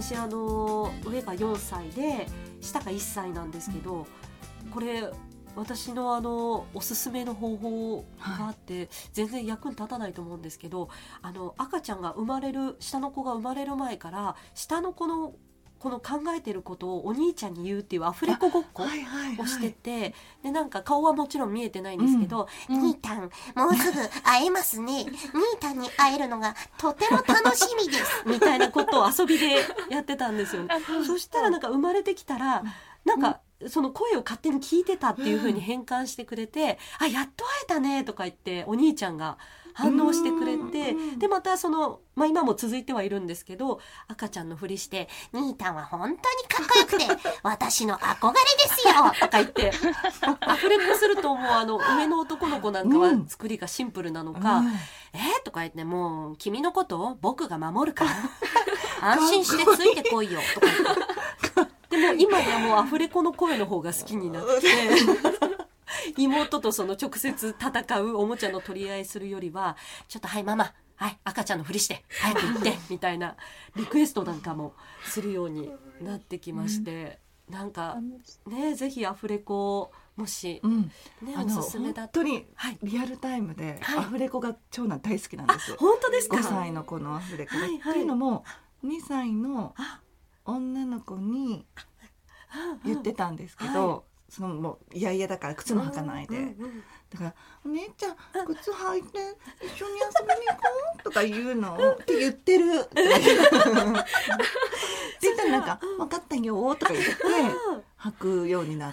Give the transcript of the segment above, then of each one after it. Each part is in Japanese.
私上が4歳で下が1歳なんですけど、これ私のおすすめの方法があって、全然役に立たないと思うんですけど、赤ちゃんが下の子が生まれる前から下の子のこの考えてることをお兄ちゃんに言うっていうアフレコごっこをしてて、でなんか顔はもちろん見えてないんですけど、 兄たんもうすぐ会えますね、兄たんに会えるのがとても楽しみですみたいなことを遊びでやってたんですよね。そしたらなんか生まれてきたらなんかその声を勝手に聞いてたっていう風に変換してくれて、あ、やっと会えたねとか言ってお兄ちゃんが反応してくれて、でまた今も続いてはいるんですけど、赤ちゃんのふりして兄たんは本当にかっこよくて私の憧れですよとか言ってアフレコするともう上の男の子なんかは作りがシンプルなのか、とか言って、もう君のことを僕が守るから安心してついてこいよとか言って、でも今ではもうアフレコの声の方が好きになって妹と直接戦うおもちゃの取り合いするよりは、ちょっとはいママ、はい赤ちゃんのふりして早く行ってみたいなリクエストなんかもするようになってきまして、なんかね、ぜひアフレコもし、おすすめだと本当にリアルタイムでアフレコが長男大好きなんです。 本当ですか？ 5歳の子のアフレコで、っていうのも2歳の女の子に言ってたんですけど、もういやいやだから靴も履かないで、だからお姉ちゃん靴履いて一緒に遊びに行こうとか言うのって言ってるって言ったらなんか分かったよとか言って履くようになって、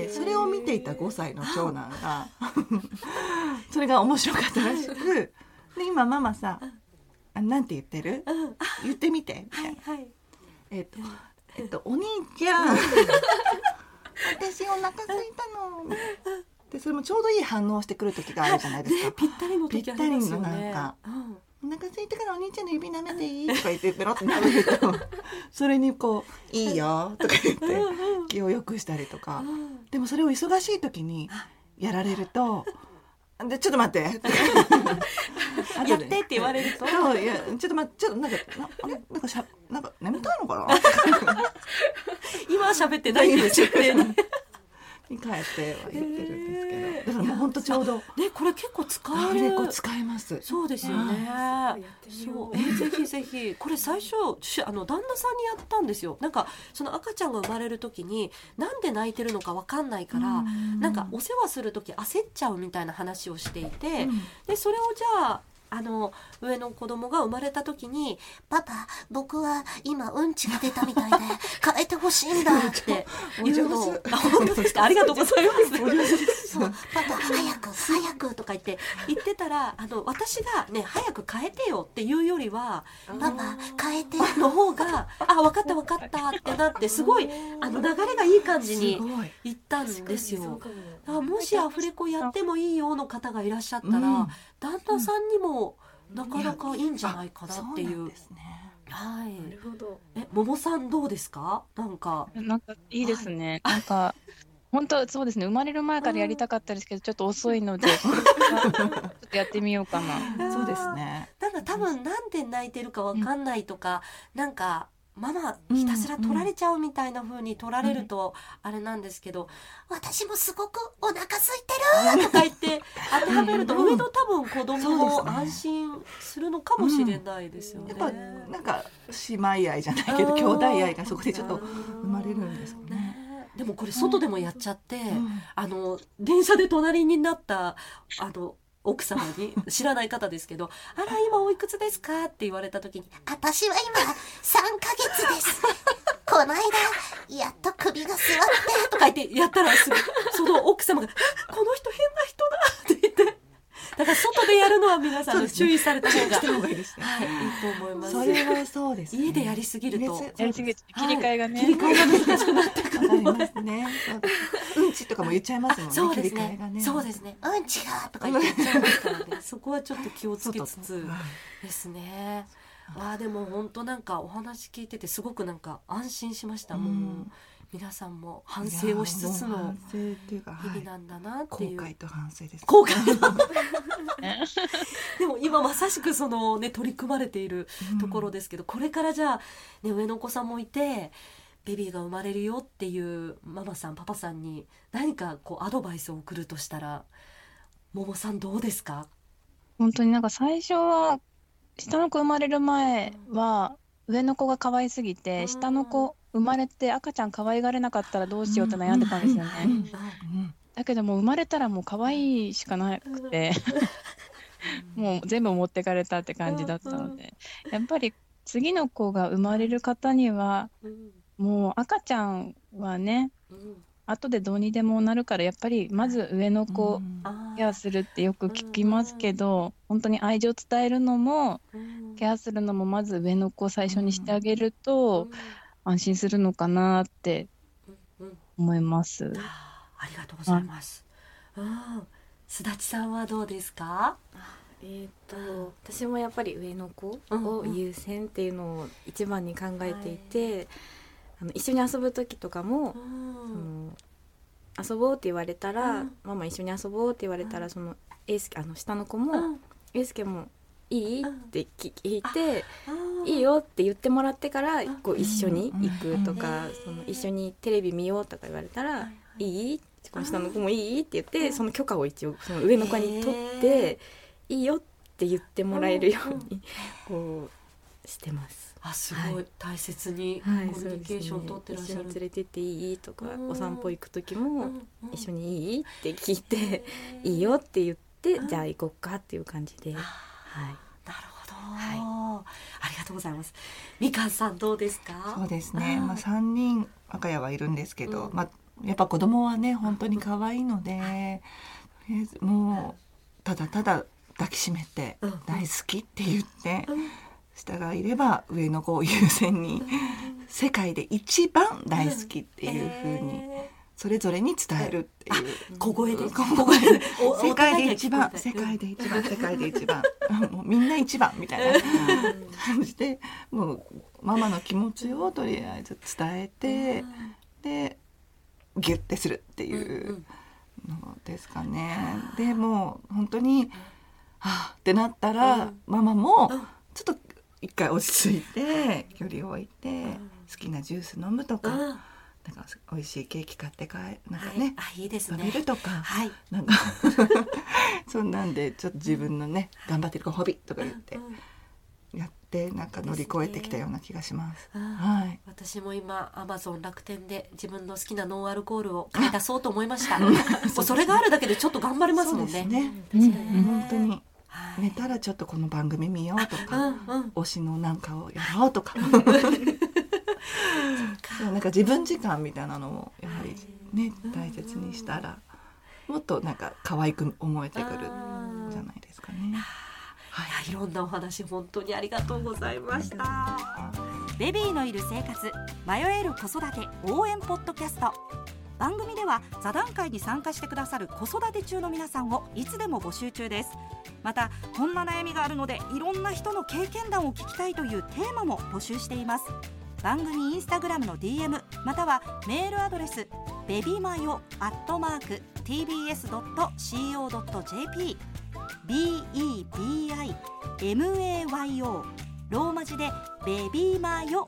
それを見ていた5歳の長男がそれが面白かったらしく、で今ママさなんて言ってる？言ってみてみたいな。お兄ちゃん私お腹空いたので、それもちょうどいい反応してくる時があるじゃないですか。 ぴったりの時ありますよね。 ぴったりのなんか、お腹空いたからお兄ちゃんの指舐めていいとか言ってペロって舐めるとそれにこういいよとか言って気を良くしたりとか、でもそれを忙しい時にやられるとでちょっと待ってやってって言われると、 いやちょっと待って、ちょっとなんか眠たいのかな今は喋ってないんですよねに帰っては言ってるんですけど、だからもう本当ちょうどこれ結構使アフえる。 レコ使えます。 そうですよね。ぜひぜひこれ最初旦那さんにやったんですよ。なんかその赤ちゃんが生まれる時になんで泣いてるのか分かんないから、なんかお世話する時焦っちゃうみたいな話をしていて、でそれをじゃあ上の子供が生まれた時に、 パパ僕は今うんちが出たみたいで変えてほしいんだって言うの。本当ですか？ありがとうございますそうパパ早くとか言ってたら、私がね早く変えてよっていうよりは、 パパ変えての方が分かったってなって、すごい流れがいい感じにいったんですよ。もしアフレコやってもいいよの方がいらっしゃったら、旦那さんにもなかなかいいんじゃないかなっていう。はい。なるほど。桃さんどうですか？なんかいいですね。なんか本当そうですね。生まれる前からやりたかったですけど、ちょっと遅いのでちょっとやってみようかな。 そうですね。 なんか多分なんで泣いてるかわかんないとか、なんかママひたすら取られちゃうみたいな風に取られるとあれなんですけど、 私もすごくお腹空いてるとか言って当てはめると、上の多分子供も安心するのかもしれないですよね。 やっぱなんか姉妹愛じゃないけど兄弟愛がそこでちょっと生まれるんですよね。 でもこれ外でもやっちゃって、電車で隣になった奥様に知らない方ですけど、あら今おいくつですかって言われた時に、 私は今3ヶ月ですこの間やっと首が座ってとか言ってやったら、すぐその奥様がこの人変な人だって言って、だから外でやるのは皆さん注意された方がいいですね。はい、いいと思います。 それはそうですね。 家でやりすぎるとやりすぎる切り替えがね、 切り替えが難しくなってくる。 ありますね。うんちとかも言っちゃいますもんね。 そうです切り替えがね。そうですね。うんちがとか言っちゃいますからね。そこはちょっと気をつけつつですね。でも本当なんかお話聞いててすごくなんか安心しました。もう皆さんも反省をしつつの反省っていうか、 日々なんだなっていう、 後悔と反省です。 後悔でも今まさしくそのね取り組まれているところですけど、これからじゃあ、ね、上のお子さんもいてベビーが生まれるよっていうママさんパパさんに何かこうアドバイスを送るとしたら、ももさんどうですか？ 本当になんか最初は下の子生まれる前は上の子が可愛すぎて、下の子生まれて赤ちゃん可愛がれなかったらどうしようって悩んでたんですよね。だけどもう生まれたらもう可愛いしかなくてもう全部持ってかれたって感じだったので、やっぱり次の子が生まれる方にはもう赤ちゃんはね、後でどうにでもなるから、やっぱりまず上の子ケアするってよく聞きますけど、本当に愛情伝えるのもケアするのもまず上の子を最初にしてあげると安心するのかなって思います。 ありがとうございます。すだちさんはどうですか？ 私もやっぱり上の子を優先っていうのを一番に考えていて、一緒に遊ぶ時とかも、遊ぼうって言われたら、ママ一緒に遊ぼうって言われたら、その下の子も、英介もいいって聞いて、いいよって言ってもらってからこう一緒に行くとか、その一緒にテレビ見ようとか言われたら、いい？この下の子もいいって言って、その許可を一応その上の子に取って、いいよって言ってもらえるようにこうしてます。 すごい大切にコミュニケーションを取ってらっしゃる。 一緒に連れてっていいとか、お散歩行く時も一緒にいいって聞いて、いいよって言って、じゃあ行こうかっていう感じで。なるほど、ありがとうございます。みかんさんどうですか？ そうですね、3人赤谷はいるんですけど、やっぱ子供はね本当に可愛いので、もうただただ抱きしめて大好きって言って、下がいれば上の子を優先に、世界で一番大好きっていう風にそれぞれに伝えるっていう、 小声で世界で一番世界で一番世界で一番もうみんな一番みたいな感じで、もうママの気持ちをとりあえず伝えて、でギュッてするっていうのですかね。でもう本当にってなったら、ママもちょっと一回落ち着いて距離を置いて、好きなジュース飲むとか、なんか美味しいケーキ買ってなんかね、 いいですね、 食べるとか、なんかそんなんでちょっと自分のね、頑張ってる子ホビとか言ってやって、なんか乗り越えてきたような気がします。 私も今Amazon楽天で自分の好きなノンアルコールを買い出そうと思いました。それがあるだけでちょっと頑張れますもんね。 本当に寝たらちょっとこの番組見ようとか、推しのなんかをやろうとかなんか自分時間みたいなのもやはりね、大切にしたらもっとなんか可愛く思えてくるんじゃないですかね。 いろんなお話本当にありがとうございました。 ベビーのいる生活、迷える子育て応援ポッドキャスト。番組では座談会に参加してくださる子育て中の皆さんをいつでも募集中です。またこんな悩みがあるのでいろんな人の経験談を聞きたいというテーマも募集しています。番組インスタグラムの DM またはメールアドレスbebimayo@tbs.co.jp bebimayo ローマ字でベビーマヨ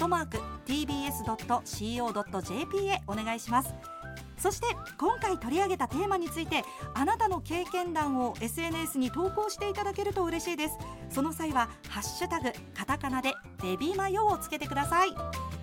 @tbs.co.jp へお願いします。そして今回取り上げたテーマについてあなたの経験談を SNS に投稿していただけると嬉しいです。その際はハッシュタグカタカナでベビーマヨをつけてください。